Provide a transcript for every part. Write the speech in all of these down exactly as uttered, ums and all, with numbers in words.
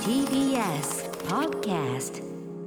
ティービーエス Podcast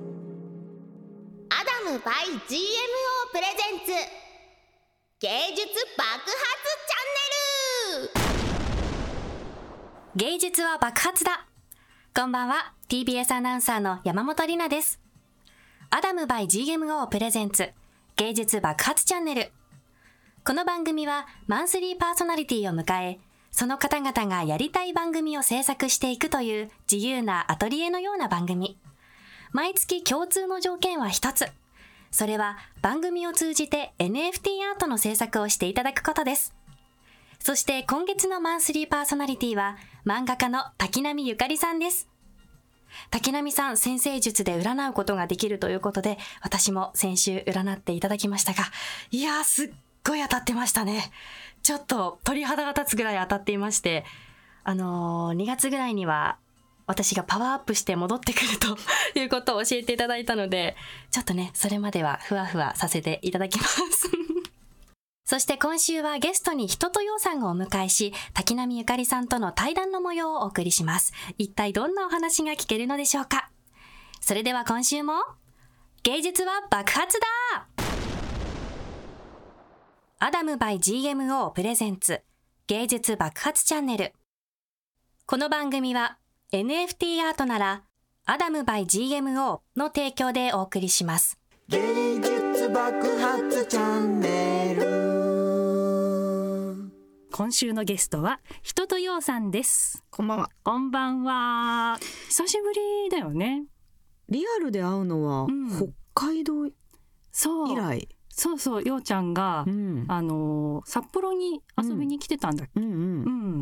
アダム by ジーエムオー プレゼンツ芸術爆発チャンネル。 芸術は爆発だ。こんばんは、 ティービーエス アナウンサーの山本里奈です。アダム by ジーエムオー プレゼンツ芸術爆発チャンネル。この番組はマンスリーパーソナリティを迎え、その方々がやりたい番組を制作していくという自由なアトリエのような番組。毎月共通の条件は一つ。それは番組を通じて エヌエフティー アートの制作をしていただくことです。そして今月のマンスリーパーソナリティは漫画家の滝波ゆかりさんです。滝波さん、占星術で占うことができるということで、私も先週占っていただきましたが、いやーすっごい当たってましたね。ちょっと鳥肌が立つぐらい当たっていまして、あのー、にがつぐらいには私がパワーアップして戻ってくるということを教えていただいたので、ちょっとね、それまではふわふわさせていただきますそして今週はゲストに人とようさんをお迎えし、滝波ゆかりさんとの対談の模様をお送りします。一体どんなお話が聞けるのでしょうか。それでは今週も芸術は爆発だ。アダム by ジーエムオー プレゼンツ芸術爆発チャンネル。この番組は エヌエフティー アートならアダム by ジーエムオー の提供でお送りします。 芸術爆発チャンネル。 今週のゲストは人とようさんです。 こんばんは。 こんばんは。久しぶりだよね。 リアルで会うのは、うん、北海道以そう来。 そうそう、ようちゃんが、うん、あの札幌に遊びに来てたんだっけ、うんうんうん、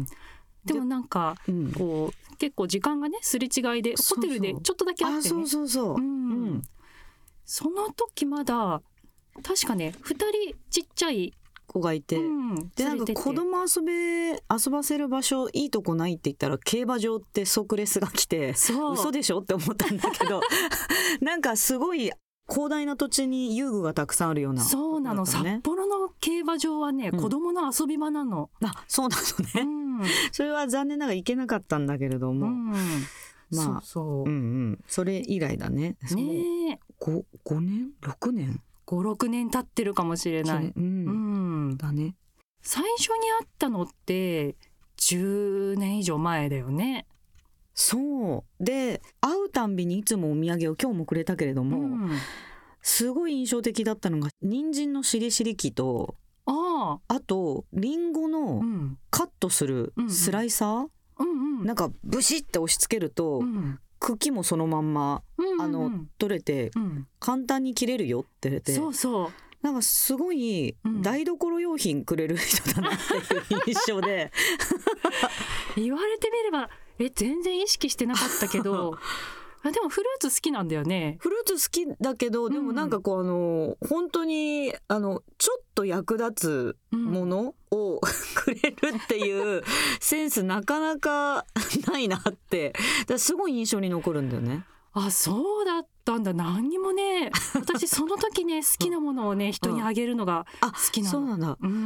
でもなんか、うん、こう結構時間がねすれ違いでホテルでちょっとだけ会ってね。 そうそうそう、うんうん、 その時まだ確かねふたりちっちゃい子がいて、うん、でなんか子供遊べ遊ばせる場所いいとこないって言ったら競馬場って即レスが来て、嘘でしょって思ったんだけどなんかすごい広大な土地に遊具がたくさんあるような、ね、 そうなの。札幌の競馬場はね、うん、子供の遊び場なの。 あ、そうなのね、うん、それは残念ながら行けなかったんだけれども、うん、まあそうそう、 うんうん、それ以来だね。 ねえ、 ごねんろくねんごろくねん経ってるかもしれない、うんうん、 だね。 最初に会ったのってじゅうねん以上前だよね。 そうで、会うたんびにいつもお土産を今日もくれたけれども、うん、すごい印象的だったのが人参のしりしり器と、ああとリンゴのカットするスライサー、うんうん、なんかブシッて押し付けると、うん、茎もそのまんま、うんうん、あの取れて、うん、簡単に切れるよって言われて、 そうそう、 なんかすごい台所用品くれる人だなっていう印象で言われてみればえ全然意識してなかったけどあでもフルーツ好きなんだよね。 フルーツ好きだけど、でもなんかこうあの本当にあのちょっと役立つものを、うん、くれるっていうセンスなかなかないなって、だからすごい印象に残るんだよね。 あ、そうだったんだ。何にもね、私その時ね好きなものをね人にあげるのが好きなの。あ、 そうなんだ、うん、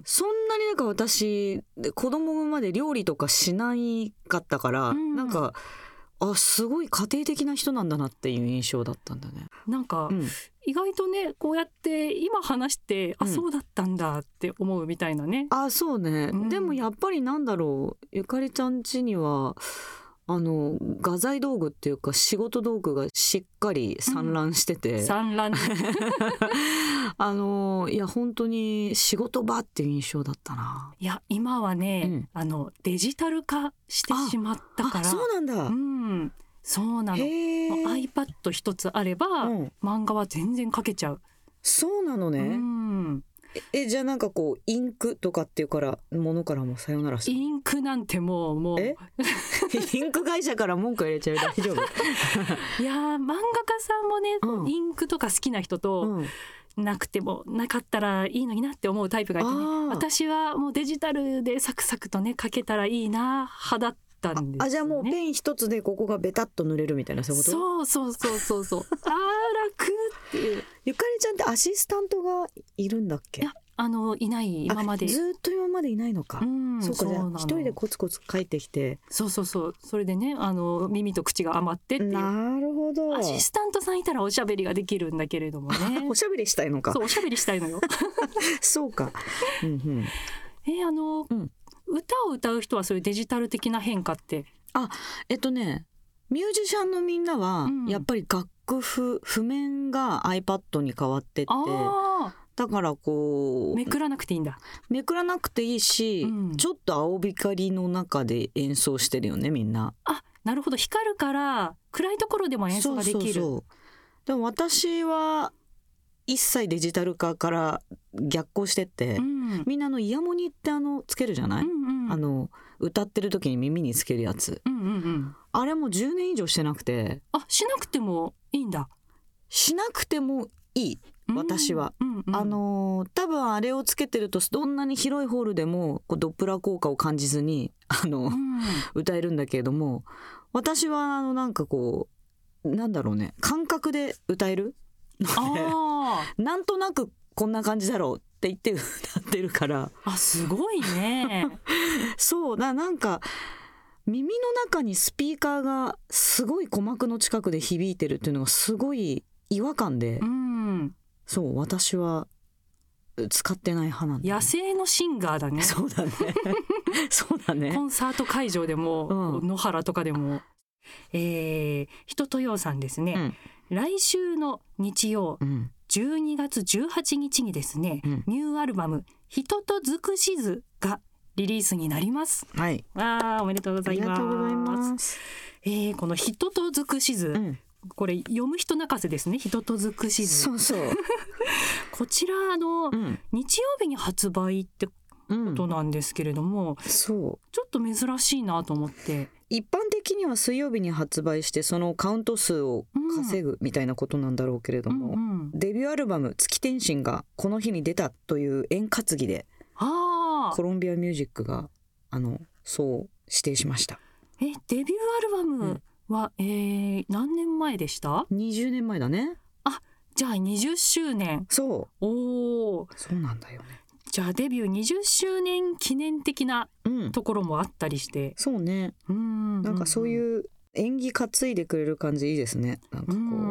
そんなになんか私子供産むまで料理とかしないかったから、うん、なんかあすごい家庭的な人なんだなっていう印象だったんだね。 なんか、うん、意外とねこうやって今話して、うん、あそうだったんだって思うみたいなね。 あ、そうね、うん、でもやっぱりなんだろう、ゆかりちゃん家にはあの画材道具っていうか仕事道具がしっかり散乱してて、うん、 散乱あのいや本当に仕事場っていう印象だったな。 いや今はね、うん、あのデジタル化してしまったから。 あ、そうなんだ、 うん、そうなの。iPad 一つあれば、うん、漫画は全然描けちゃう。 そうなのね、うん、えじゃあなんかこうインクとかっていうからものからもさよならする。 インクなんてもうもうえインク会社から文句入れちゃう。大丈夫いや漫画家さんもね、うん、インクとか好きな人と、うん、なくてもなかったらいいのになって思うタイプがいてね、私はもうデジタルでサクサクとね書けたらいいな派だったんです、ね、 あ, あじゃあもうペン一つでここがベタッと塗れるみたいな、そういうこと。 そうそうそうそうそうあー楽っていう。 ゆかりちゃんってアシスタントがいるんだっけ。 いやあのいない今までずっと今までいないのか、うん、そうか、じゃあ一人でコツコツ帰ってきて、 そうそうそう、それでねあの耳と口が余ってっていう。 なるほど。 アシスタントさんいたらおしゃべりができるんだけれどもねおしゃべりしたいのか。 そう、おしゃべりしたいのよそうか、うんうん、 えー、あの、うん、歌を歌う人はそういうデジタル的な変化って。 あ、えっとねミュージシャンのみんなはやっぱり楽譜、譜面が iPad に変わってって、あ、だからこうめくらなくていいんだ。 めくらなくていいし、うん、ちょっと青光の中で演奏してるよねみんな。 あ、なるほど、光るから暗いところでも演奏ができる。そうそうそう。 でも私は一切デジタル化から逆行してって、うん、みんなのイヤモニってあのつけるじゃない、うんうん、あの歌ってる時に耳につけるやつ、うんうんうん、あれもじゅうねん以上してなくて。 あ、しなくてもいいんだ。 しなくてもいい、私は、うんうん、あの多分あれをつけてるとどんなに広いホールでもこうドップラー効果を感じずにあの、うん、歌えるんだけれども、私はあのなんかこうなんだろうね、感覚で歌えるあなんとなくこんな感じだろうって言って歌ってるから。 あ、すごいねそうだ、なんか耳の中にスピーカーがすごい鼓膜の近くで響いてるっていうのがすごい違和感で、うん、そう私は使ってない派なんだ、ね、 野生のシンガーだね。 そうだねそうだね。 コンサート会場でも、うん、野原とかでも、えー、人とようさんですね、うん、来週の日曜、うん、じゅうにがつじゅうはちにちにですね、うん、ニューアルバム人と尽くしずがリリースになります。 はい。 わー、おめでとうございます。 ありがとうございます。 えー、この人と尽くしず、うん、これ読む人泣かせですね。人と尽くしず。 そうそう。 こちらあの、うん、日曜日に発売ってことなんですけれども、 うん、そう。 ちょっと珍しいなと思って。 一般的には水曜日に発売してそのカウント数を稼ぐみたいなことなんだろうけれども、うんうん、デビューアルバム月天心がこの日に出たという円担ぎで、あ、コロンビアミュージックがあのそう指定しました。 え、デビューアルバムは、うん、えー、何年前でした？ にじゅうねんまえだね。 あ、じゃあにじゅっしゅうねん。 そう。 おー、 そうなんだよね。 じゃあデビューにじゅっしゅうねん記念的なところもあったりして、うん、 そうね、うんうんうん、なんかそういう演技担いでくれる感じいいですね。なんかこう、うんうんうん、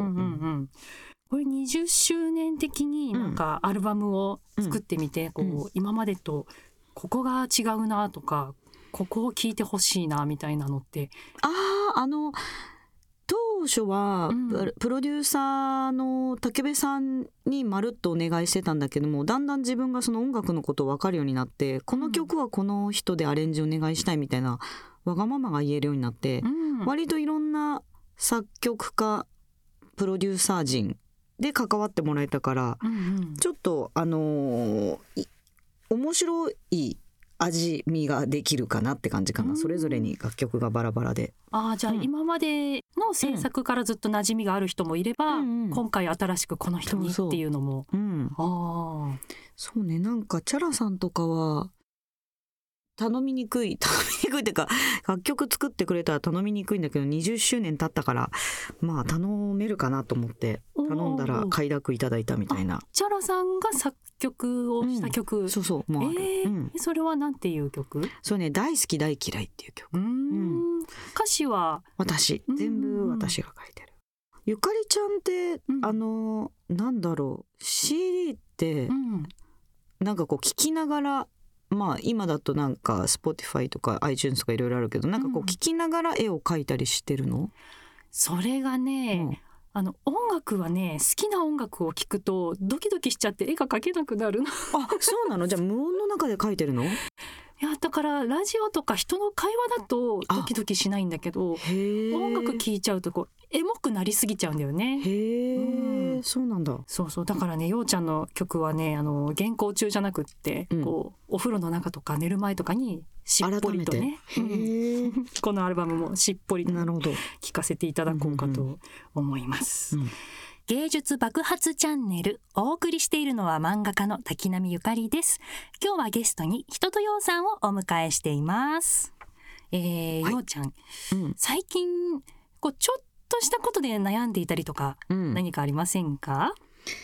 これにじゅっしゅうねん的になんかアルバムを作ってみて、うん、こう今までとここが違うなとかここを聞いてほしいなみたいなのって。 ああ、あの当初は、うん、プロデューサーの武部さんにまるっとお願いしてたんだけども、だんだん自分がその音楽のことを分かるようになって、この曲はこの人でアレンジお願いしたいみたいなわがままが言えるようになって、うん、割といろんな作曲家プロデューサー陣で関わってもらえたから、うんうん、ちょっとあのー、面白い味見ができるかなって感じかな、うん、それぞれに楽曲がバラバラで。 あ、じゃあ今までの制作からずっと馴染みがある人もいれば、うんうん、今回新しくこの人にっていうのも。 そうそう、うん、あ、そうね、なんかチャラさんとかは頼みにくい頼みにくいっていうか、楽曲作ってくれたら頼みにくいんだけど、にじゅっしゅうねん経ったからまあ頼めるかなと思って頼んだら快諾いただいたみたいな。 チャラさんが作曲をした曲、うん、 そうそう、もうある、 えーうん、それはなんていう曲？ それね、大好き大嫌いっていう曲。うーん、 うん、歌詞は私、全部私が書いてる。ゆかりちゃんって、うん、あのなんだろう シーディー って、うん、なんかこう聴きながら、まあ今だとなんか Spotify とか iTunes とかいろいろあるけど、なんかこう聴きながら絵を描いたりしてるの？うん、 それがね、うん、あの音楽はね、好きな音楽を聴くとドキドキしちゃって絵が描けなくなるの。 あ、そうなの？じゃあ無音の中で描いてるの？ いや、だからラジオとか人の会話だとドキドキしないんだけど、音楽聴いちゃうとこうエモくなりすぎちゃうんだよね。 へえ、うん、そうなんだ。 そうそう、だからね、ようちゃんの曲はね、あの原稿中じゃなくって、うん、こうお風呂の中とか寝る前とかにしっぽりとね、へえこのアルバムもしっぽりと聴かせていただこうかと思います。うんうんうん、芸術爆発チャンネル、お送りしているのは漫画家の滝波ゆかりです。今日はゲストに人とようさんをお迎えしています。えーはい、ようちゃん、うん、最近こうちょっとしたことで悩んでいたりとか、うん、何かありませんか？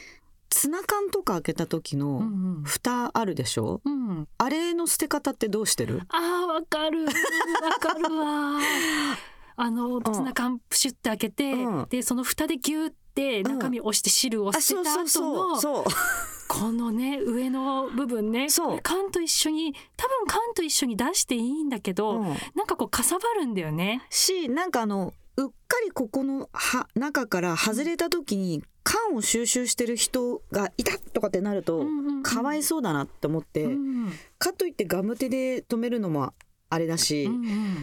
ツナ缶とか開けた時の蓋あるでしょ、うんうん、あれの捨て方ってどうしてる？ あーわかるわかるわあのツナ缶プシュって開けて、うん、でその蓋でギューって中身を押して汁を捨てた後のこのね上の部分ね、そう缶と一緒に多分缶と一緒に出していいんだけど、うん、なんかこうかさばるんだよね。 しなんかあのうっかりここのは中から外れた時に缶を収集してる人がいたとかってなるとかわいそうだなって思って、うんうん、かといってガム手で止めるのもあれだし、うんうん、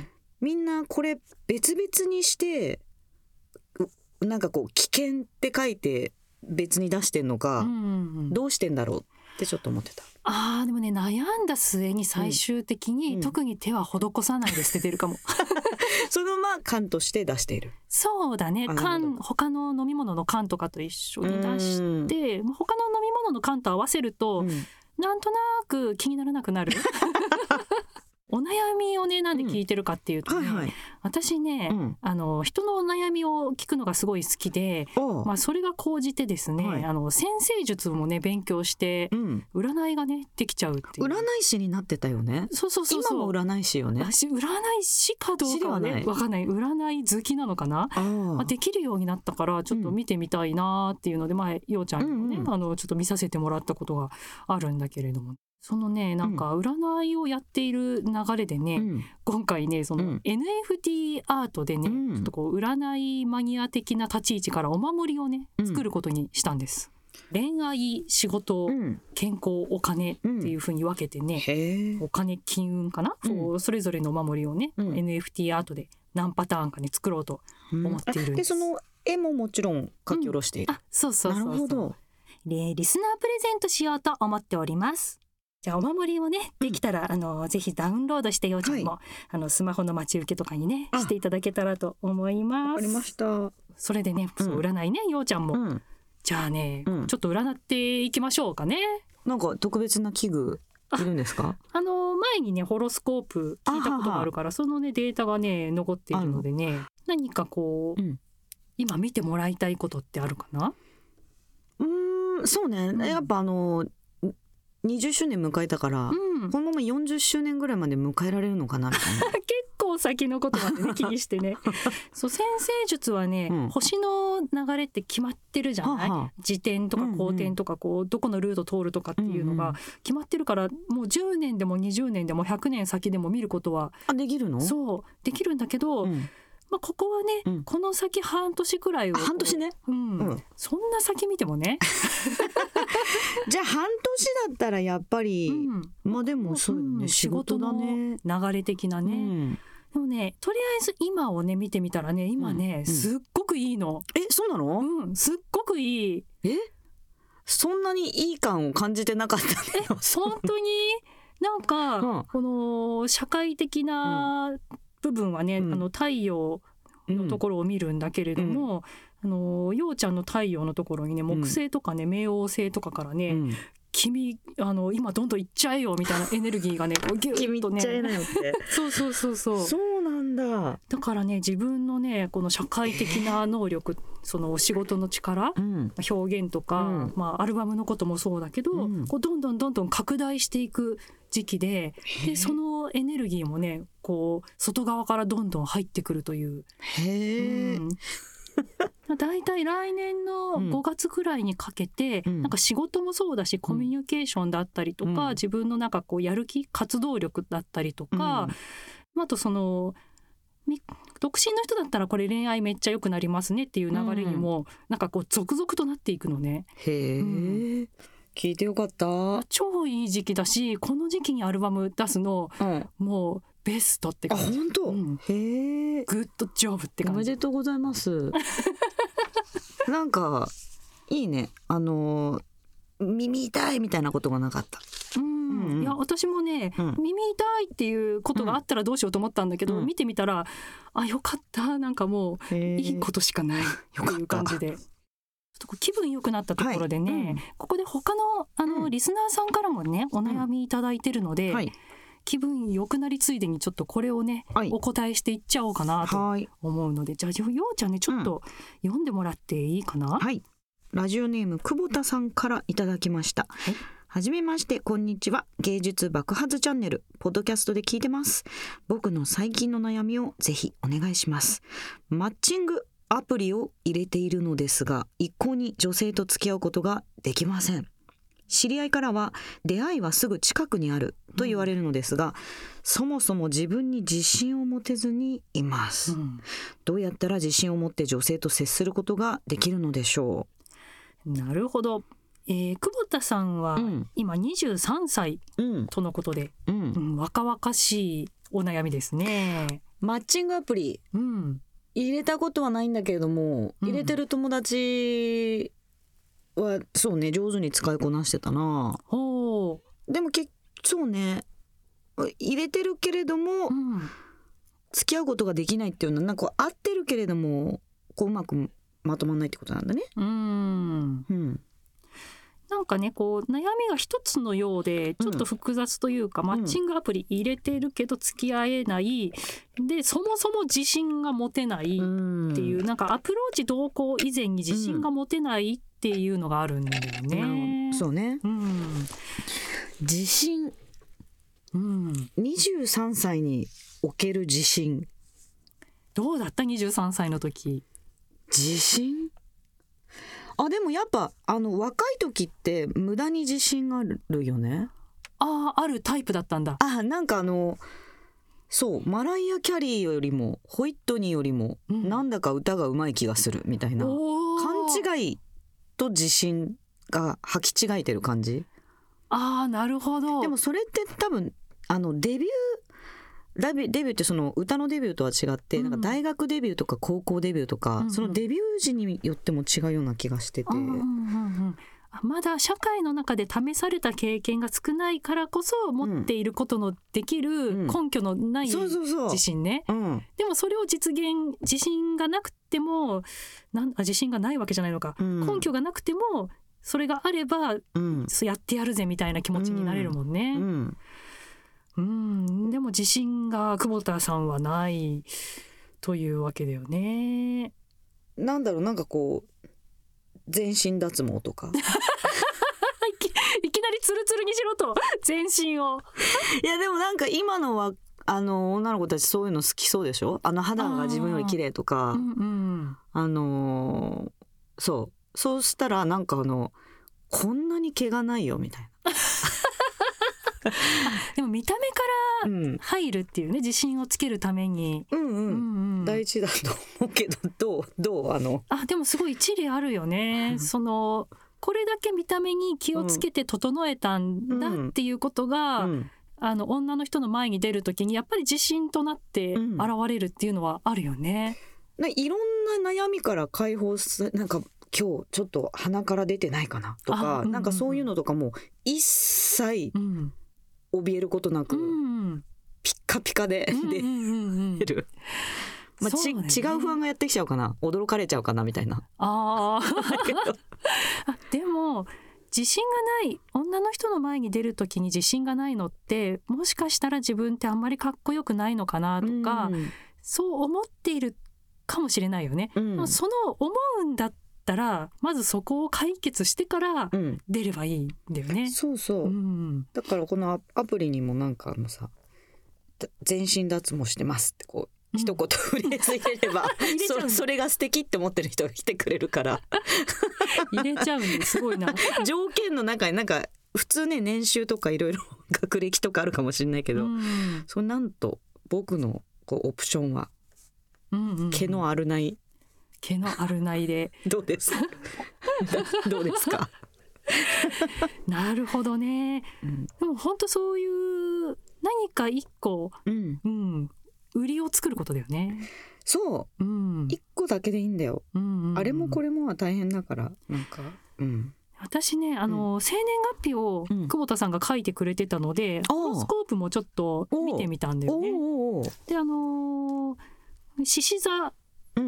みんなこれ別々にしてなんかこう危険って書いて別に出してんのか、うんうんうん、どうしてんだろうってちょっと思ってた。 あーでもね悩んだ末に最終的に、うん、特に手は施さないで捨ててるかもそのまま缶として出している。 そうだね、缶他の飲み物の缶とかと一緒に出して他の飲み物の缶と合わせると、うん、なんとなく気にならなくなるお悩みをねなんで聞いてるかっていうと、ねうんはいはい、私ね、うん、あの人のお悩みを聞くのがすごい好きで、まあ、それが高じてですね、はい、あの占星術もね勉強して、うん、占いがねできちゃうっていう。 占い師になってたよね。 そうそうそうそう。 今も占い師よね。 私占い師かどうかはね分かんない。占い好きなのかな。あ、まあ、できるようになったからちょっと見てみたいなっていうので、うん、前ようちゃんにもね、うんうん、あのちょっと見させてもらったことがあるんだけれども。そのねなんか占いをやっている流れでね、うん、今回ねその エヌエフティー アートでね、うん、ちょっとこう占いマニア的な立ち位置からお守りをね作ることにしたんです、うん、恋愛仕事、うん、健康お金っていう風に分けてね、うん、お金金運かな、うん、そうそれぞれのお守りをね、うん、エヌエフティー アートで何パターンかね作ろうと思っているんです、 うん、でその絵ももちろん描き下ろしている、 うん、あそうそうそうそう。 なるほど。 でリスナープレゼントしようと思っております。 じゃあお守りをねできたら、うん、あのぜひダウンロードしてようちゃんも、はい、あのスマホの待ち受けとかにねしていただけたらと思います。わかりました。 それでね、そう占いねようちゃんも、うん、じゃあね、うん、ちょっと占っていきましょうかね。 なんか特別な器具いるんですか？ あ、あの前にねホロスコープ聞いたことがあるからそのねデータがね残っているのでね何かこう、うん、今見てもらいたいことってあるかな？ うーんそうね、うん、やっぱあのにじゅっしゅうねん迎えたから、うん、このままよんじゅっしゅうねんぐらいまで迎えられるのかなみたいな結構先のことまでね気にしてねそう占星術はね、うん、星の流れって決まってるじゃない、はは自転とか公転とかこう、うんうん、どこのルート通るとかっていうのが決まってるから、もうじゅうねんでもにじゅうねんでもひゃくねん先でも見ることはあできるの？ そうできるんだけど、うんまあ、ここはね、うん、この先半年くらいを半年ね、 うんうん、そんな先見てもねじゃあ半年だったらやっぱり、うん、まあでもそうよね、うん、仕事だね流れ的なね、うん、でもねとりあえず今をね見てみたらね今ね、うん、すっごくいいの。 えそうなの？ うんすっごくいい。 えそんなにいい感を感じてなかったね。 え本当になんか、うん、この社会的な、うん部分はね、うん、あの太陽のところを見るんだけれども、うん、あのようちゃんの太陽のところにね木星とかね、うん、冥王星とかからね、うん、君あの今どんどん行っちゃえよみたいなエネルギーがねギュッとね君行っちゃえなよってそうそうそうそうそうなんだ。 だからね自分のねこの社会的な能力そのお仕事の力、うん、表現とか、うんまあ、アルバムのこともそうだけど、うん、こうどんどんどんどん拡大していく時期で、でそのエネルギーもねこう外側からどんどん入ってくるという。 へー、 うん、だいたい来年のごがつくらいにかけて、うん、なんか仕事もそうだしコミュニケーションだったりとか、うん、自分のなんかこうやる気活動力だったりとか、うん、あとその独身の人だったらこれ恋愛めっちゃ良くなりますねっていう流れにも、うん、なんかこう続々となっていくのね。 へー、うん聞いてよかった。 超いい時期だしこの時期にアルバム出すの、うん、もうベストって感じ。 あ本当、うん、へえグッドジョブって感じ。 おめでとうございますなんかいいねあの耳痛いみたいなことがなかった。 うんうん、いや私もね、うん、耳痛いっていうことがあったらどうしようと思ったんだけど、うん、見てみたらあよかったなんかもういいことしかないっていう感じで気分良くなったところでね、はいうん、ここで他の、あの、うん、リスナーさんからもねお悩みいただいてるので、うんはい、気分良くなりついでにちょっとこれをね、はい、お答えしていっちゃおうかなと思うので、はい、じゃあようちゃんねちょっと読んでもらっていいかな、 うん、はいラジオネーム久保田さんからいただきました。はい、はじめまして、こんにちは。芸術爆発チャンネルポッドキャストで聞いてます。僕の最近の悩みをぜひお願いします。マッチングアプリを入れているのですが、一向に女性と付き合うことができません。知り合いからは出会いはすぐ近くにあると言われるのですが、うん、そもそも自分に自信を持てずにいます、うん、どうやったら自信を持って女性と接することができるのでしょう。なるほど、えー、久保田さんは今にじゅうさんさいとのことで、うんうん、若々しいお悩みですね。 マッチングアプリ、うん、入れたことはないんだけれども、入れてる友達はそうね、上手に使いこなしてたな。ほう。でもけそうね、入れてるけれども、うん、付き合うことができないっていうのはなんか合ってるけれどもこううまくまとまらないってことなんだね。うん、 うん、なんかね、こう悩みが一つのようでちょっと複雑というか、うん、マッチングアプリ入れてるけど付き合えない、でそもそも自信が持てないっていう、うん、なんかアプローチ同行以前に自信が持てないっていうのがあるんだよね。 うん、そうね、うん、自信、うん、にじゅうさんさいにおける自信どうだった？にじゅうさんさいの時自信。あ、でもやっぱあの若い時って無駄に自信があるよね。 ああ、あるタイプだったんだ。 あ、なんかあのそう、マライア・キャリーよりもホイットニーよりも、うん、なんだか歌がうまい気がするみたいな、勘違いと自信が履き違えてる感じ。 あー、なるほど。 でもそれって多分あのデビューデビューってその歌のデビューとは違って、うん、なんか大学デビューとか高校デビューとか、うんうん、そのデビュー時によっても違うような気がしてて、うんうんうん、 まだ社会の中で試された経験が少ないからこそ持っていることのできる根拠のない自信ね。でもそれを実現、自信がなくてもなんあ自信がないわけじゃないのか、うん、根拠がなくてもそれがあれば、うん、やってやるぜみたいな気持ちになれるもんね。うんうんうん、でも自信が久保田さんはないというわけだよね。 なんだろう、なんかこう全身脱毛とかい, きいきなりツルツルにしろと全身をいやでもなんか今のはあの女の子たちそういうの好きそうでしょ。あの肌が自分より綺麗とか、あ、うんうん、あのそうそうしたらなんかあのこんなに毛がないよみたいなでも見た目から入るっていうね、自信をつけるために、うんうんうんうん、大事だと思うけど、どうどうあのあでもすごい一理あるよね、うん、そのこれだけ見た目に気をつけて整えたんだっていうことが、うんうん、あの女の人の前に出るときにやっぱり自信となって現れるっていうのはあるよね、 うん、いろんな悩みから解放すなんか今日ちょっと鼻から出てないかなとか、うんうんうん、なんかそういうのとかも一切、うん怯えることなく、うん、ピッカピカで出る、まあちね、違う不安がやってきちゃうかな、驚かれちゃうかなみたいな。あでも自信がない女の人の前に出るときに自信がないのってもしかしたら自分ってあんまりかっこよくないのかなとか、うん、そう思っているかもしれないよね、うん、その思うんだったらまずそこを解決してから出ればいいんだよね、うん、 そうそう、うん、だからこのアプリにもなんかあのさ全身脱毛してますってこう一言フレーズ入れれば、うん、そ, それが素敵って思ってる人が来てくれるから入れちゃうんですごいな条件の中になんか普通ね年収とかいろいろ学歴とかあるかもしれないけど、うん、そなんと僕のこうオプションは、うんうんうん、毛のあるない毛のあるないでどうですどうですかなるほどね、うん、でも本当そういう何か一個、うんうん、売りを作ることだよね。 そう、うん、一個だけでいいんだよ、うんうんうん、あれもこれもは大変だからなんか、うん、 私ねあの、うん、生年月日を久保田さんが書いてくれてたので、うん、ホロスコープもちょっと見てみたんだよね。であの獅子座うんうん、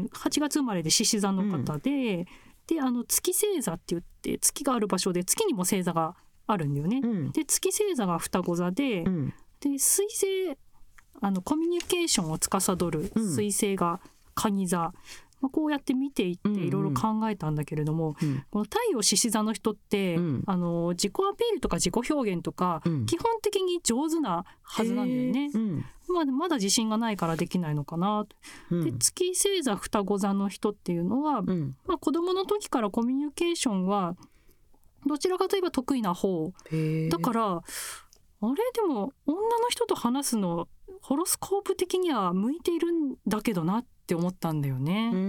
はちがつ生まれで獅子座の方で、うん、であの月星座って言って月がある場所で月にも星座があるんだよね、うん、で月星座が双子座で、うん、で水星あのコミュニケーションを司る水星が蟹座、 まあ、こうやって見ていっていろいろ考えたんだけれども、うんうん、この太陽獅子座の人って、うん、あの自己アピールとか自己表現とか、うん、基本的に上手なはずなんだよね、うん、まあ、まだ自信がないからできないのかな、うん、で月星座双子座の人っていうのは、うん、まあ、子供の時からコミュニケーションはどちらかといえば得意な方だから、あれでも女の人と話すのホロスコープ的には向いているんだけどなって思ったんだよね。うん、うん、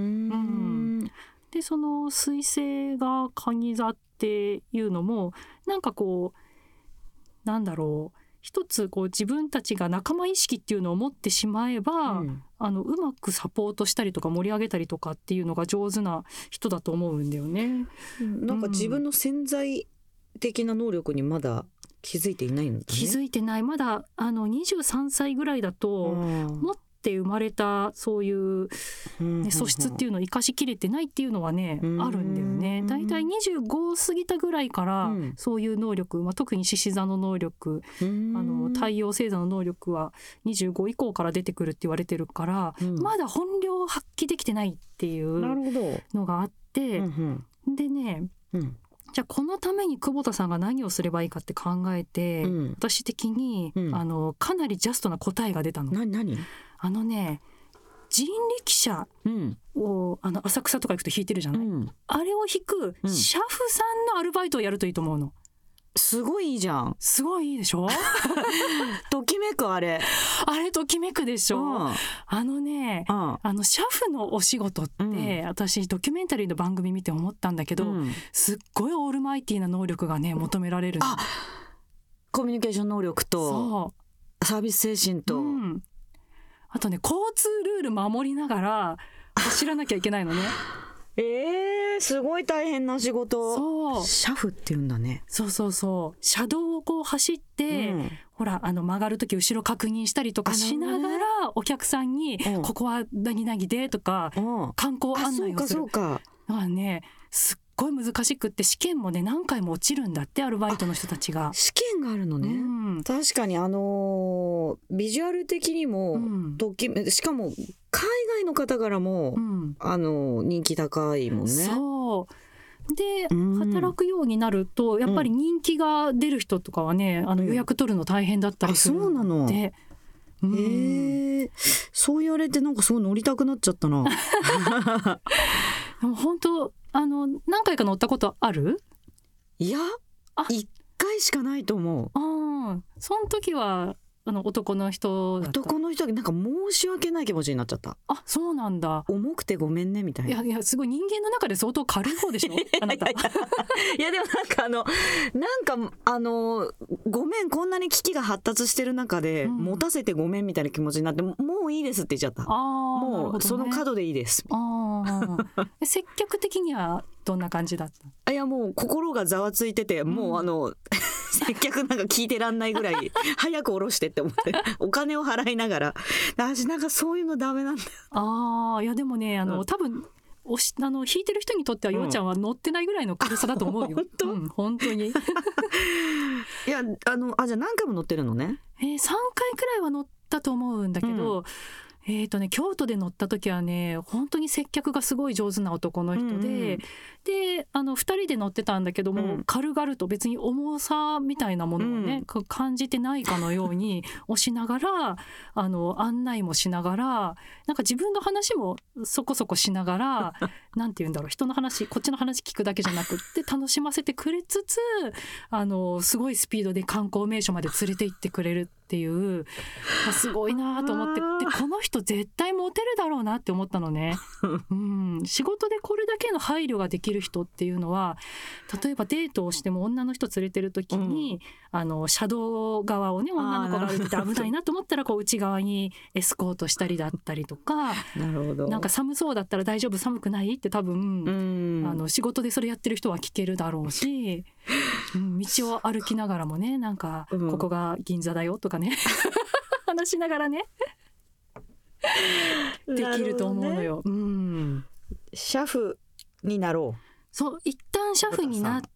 でその水星が蟹座っていうのもなんかこうなんだろう、一つこう自分たちが仲間意識っていうのを持ってしまえば、うん、あのうまくサポートしたりとか盛り上げたりとかっていうのが上手な人だと思うんだよね。 うん、なんか自分の潜在的な能力にまだ気づいていないんだね。 気づいてない。まだあのにじゅうさんさいぐらいだと、持って生まれたそういう、ね、素質っていうのを生かしきれてないっていうのはね、うん、あるんだよね。だいたいにじゅうご過ぎたぐらいから、うん、そういう能力、まあ、特に獅子座の能力、あの太陽星座の能力はにじゅうご以降から出てくるって言われてるから、うん、まだ本領を発揮できてないっていうのがあって、うんうん、でね、うん、じゃあこのために久保田さんが何をすればいいかって考えて、うん、私的に、うん、あのかなりジャストな答えが出たの。 な何？ あのね、人力車を、うん、あの浅草とか行くと引いてるじゃない、うん、あれを引く車夫さんのアルバイトをやるといいと思うの。 すごいいいじゃん。 すごいいいでしょときめく。あれあれときめくでしょ、うん、あのね、うん、あの車夫のお仕事って、うん、私ドキュメンタリーの番組見て思ったんだけど、うん、すっごいオールマイティーな能力がね求められるの。あ、 コミュニケーション能力とサービス精神と、うん、 あとね交通ルール守りながら走らなきゃいけないのね。 えー、すごい大変な仕事。 そう、 車夫って言うんだね。 そうそうそう、車道をこう走って、うん、ほらあの曲がるとき後ろ確認したりとかしながら、お客さんに、うん、ここは何々でとか、うん、観光案内をする。 そうかそうか。 だからね、すっごい難しくって試験もね何回も落ちるんだって、アルバイトの人たちが。 試験があるのね、うん、確かにあのー、ビジュアル的にも、うん、しかも海外の方からも、うん、あのー、人気高いもんね。 そうで、うん、働くようになるとやっぱり人気が出る人とかはね、あの予約取るの大変だったりするので、うん、あ、そうなの。 うん、へー、そう言われてなんかすごい乗りたくなっちゃったな。 でも本当あの何回か乗ったことある？ いや、いっかいしかないと思う。 あ、その時はあの男の人だった。 男の人なんか申し訳ない気持ちになっちゃった。 あ、そうなんだ。 重くてごめんねみたいな。 いやいや、すごい人間の中で相当軽い方でしょあなた。いやでもなんかあのなんかあのごめん、こんなに機器が発達してる中で、うん、持たせてごめんみたいな気持ちになって、もういいですって言っちゃった。あ、もう、ね、その角でいいです。 あ積極的にはどんな感じだった？ いやもう心がざわついてて、もうあの、うん接客なんか聞いてらんないぐらい早く下ろしてって思ってお金を払いながら、私なんかそういうのダメなんだよ。 ああ、いやでもね、あの、うん、多分おしあの弾いてる人にとっては、うん、ようちゃんは乗ってないぐらいの軽さだと思うよ。 本当、 うん、本当に。いやあのあじゃあ何回も乗ってるのね。 えー、さんかいくらいは乗ったと思うんだけど、うん、えーとね、京都で乗った時はね本当に接客がすごい上手な男の人で、うんうん、であのふたりで乗ってたんだけども、うん、軽々と別に重さみたいなものをね、うん、感じてないかのように押しながらあの案内もしながら、なんか自分の話もそこそこしながらなんて言うんだろう、人の話こっちの話聞くだけじゃなくって楽しませてくれつつ、あのすごいスピードで観光名所まで連れて行ってくれるっていう、すごいなと思って、でこの人絶対モテるだろうなって思ったのね。うん、仕事でこれだけの配慮ができる人っていうのは、例えばデートをしても女の人連れてる時に、うん、あの車道側をね女の子が歩いてて危ないなと思ったらこう内側にエスコートしたりだったりとか、 なるほど、 なんか寒そうだったら大丈夫寒くないって多分、うん、あの仕事でそれやってる人は聞けるだろうし、うん、道を歩きながらもね、なんか、うん、ここが銀座だよとかね話しながらねできると思うのよ。うん、 車夫になろう。 そう一旦車夫になって、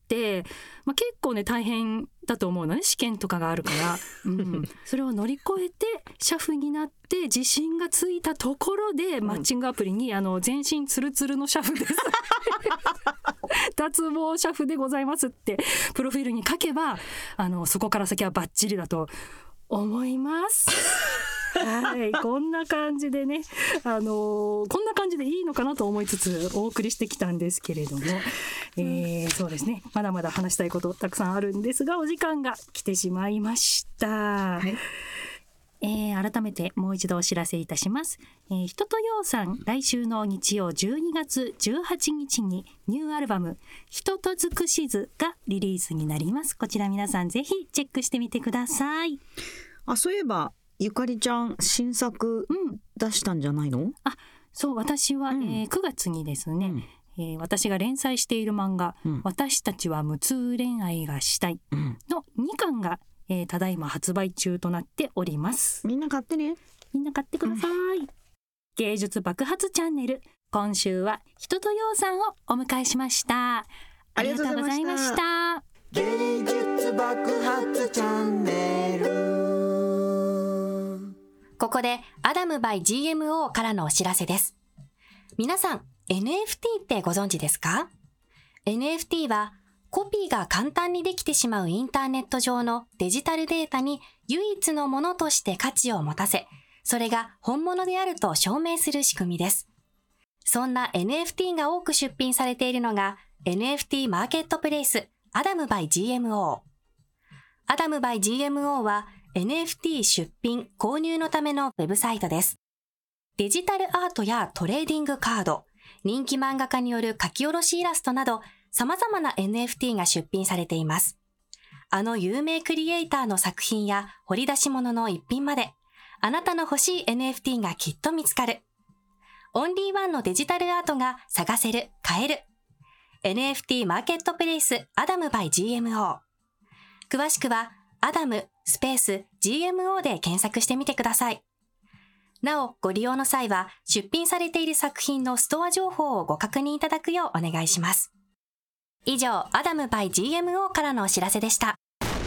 まあ、結構ね大変だと思うのね、試験とかがあるから、うん、それを乗り越えて車夫になって自信がついたところで、マッチングアプリにあの全身ツルツルの車夫です脱毛車夫でございますってプロフィールに書けば、あのそこから先はバッチリだと思いますはい、こんな感じでね、あのー、こんな感じでいいのかなと思いつつお送りしてきたんですけれども、えー、そうですね、まだまだ話したいことたくさんあるんですが、お時間が来てしまいました、はい。えー、改めてもう一度お知らせいたします。えー、人とようさん、来週の日曜じゅうにがつじゅうはちにちにニューアルバム人と尽くしずがリリースになります。こちら皆さんぜひチェックしてみてください。 あ、そういえばゆかりちゃん新作出したんじゃないの？うん、 あ、そう、私は、うんえー、くがつにですね、うんえー、私が連載している漫画、うん、私たちは無痛恋愛がしたいのにかんが、えー、ただいま発売中となっております。 みんな買ってね。 みんな買ってください、うん、芸術爆発チャンネル、今週は人とようさんをお迎えしました。ありがとうございました。 芸術爆発チャンネル。 ここでアダム by ジーエムオー からのお知らせです。皆さん エヌエフティー ってご存知ですか？ エヌエフティー はコピーが簡単にできてしまうインターネット上のデジタルデータに唯一のものとして価値を持たせ、それが本物であると証明する仕組みです。そんな エヌエフティー が多く出品されているのが エヌエフティー マーケットプレイスアダム by ジーエムオー。アダム by ジーエムオー は エヌエフティー 出品・購入のためのウェブサイトです。デジタルアートやトレーディングカード、人気漫画家による書き下ろしイラストなど様々な エヌエフティー が出品されています。あの有名クリエイターの作品や掘り出し物の一品まで、あなたの欲しい エヌエフティー がきっと見つかる。オンリーワンのデジタルアートが探せる、買える。エヌエフティー マーケットプレイスアダム by ジーエムオー。詳しくはアダムスペース ジーエムオー で検索してみてください。なお、ご利用の際は出品されている作品のストア情報をご確認いただくようお願いします。以上、アダム by ジーエムオー からのお知らせでした。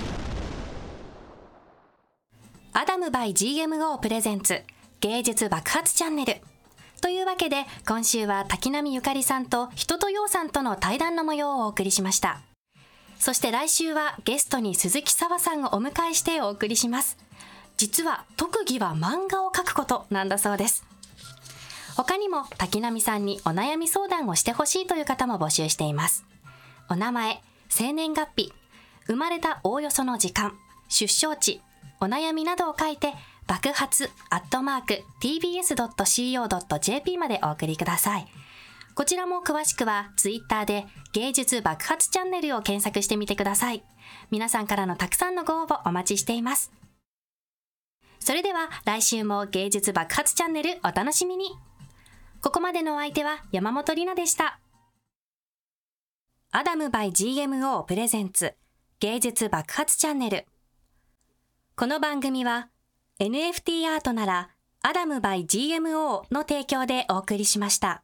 アダム by ジーエムオー プレゼンツ芸術爆発チャンネル。というわけで、今週は滝波ゆかりさんと人とようさんとの対談の模様をお送りしました。そして来週はゲストに鈴木砂羽さんをお迎えしてお送りします。実は特技は漫画を描くことなんだそうです。他にも滝波さんにお悩み相談をしてほしいという方も募集しています。お名前、生年月日、生まれたおおよその時間、出生地、お悩みなどを書いて爆発アットマーク ティービーエスドットシーオードットジェーピー までお送りください。こちらも詳しくはツイッターで芸術爆発チャンネルを検索してみてください。皆さんからのたくさんのご応募お待ちしています。それでは来週も芸術爆発チャンネルお楽しみに。ここまでのお相手は山本里奈でした。アダム by ジーエムオー プレゼンツ芸術爆発チャンネル。この番組は エヌエフティー アートならアダム by ジーエムオー の提供でお送りしました。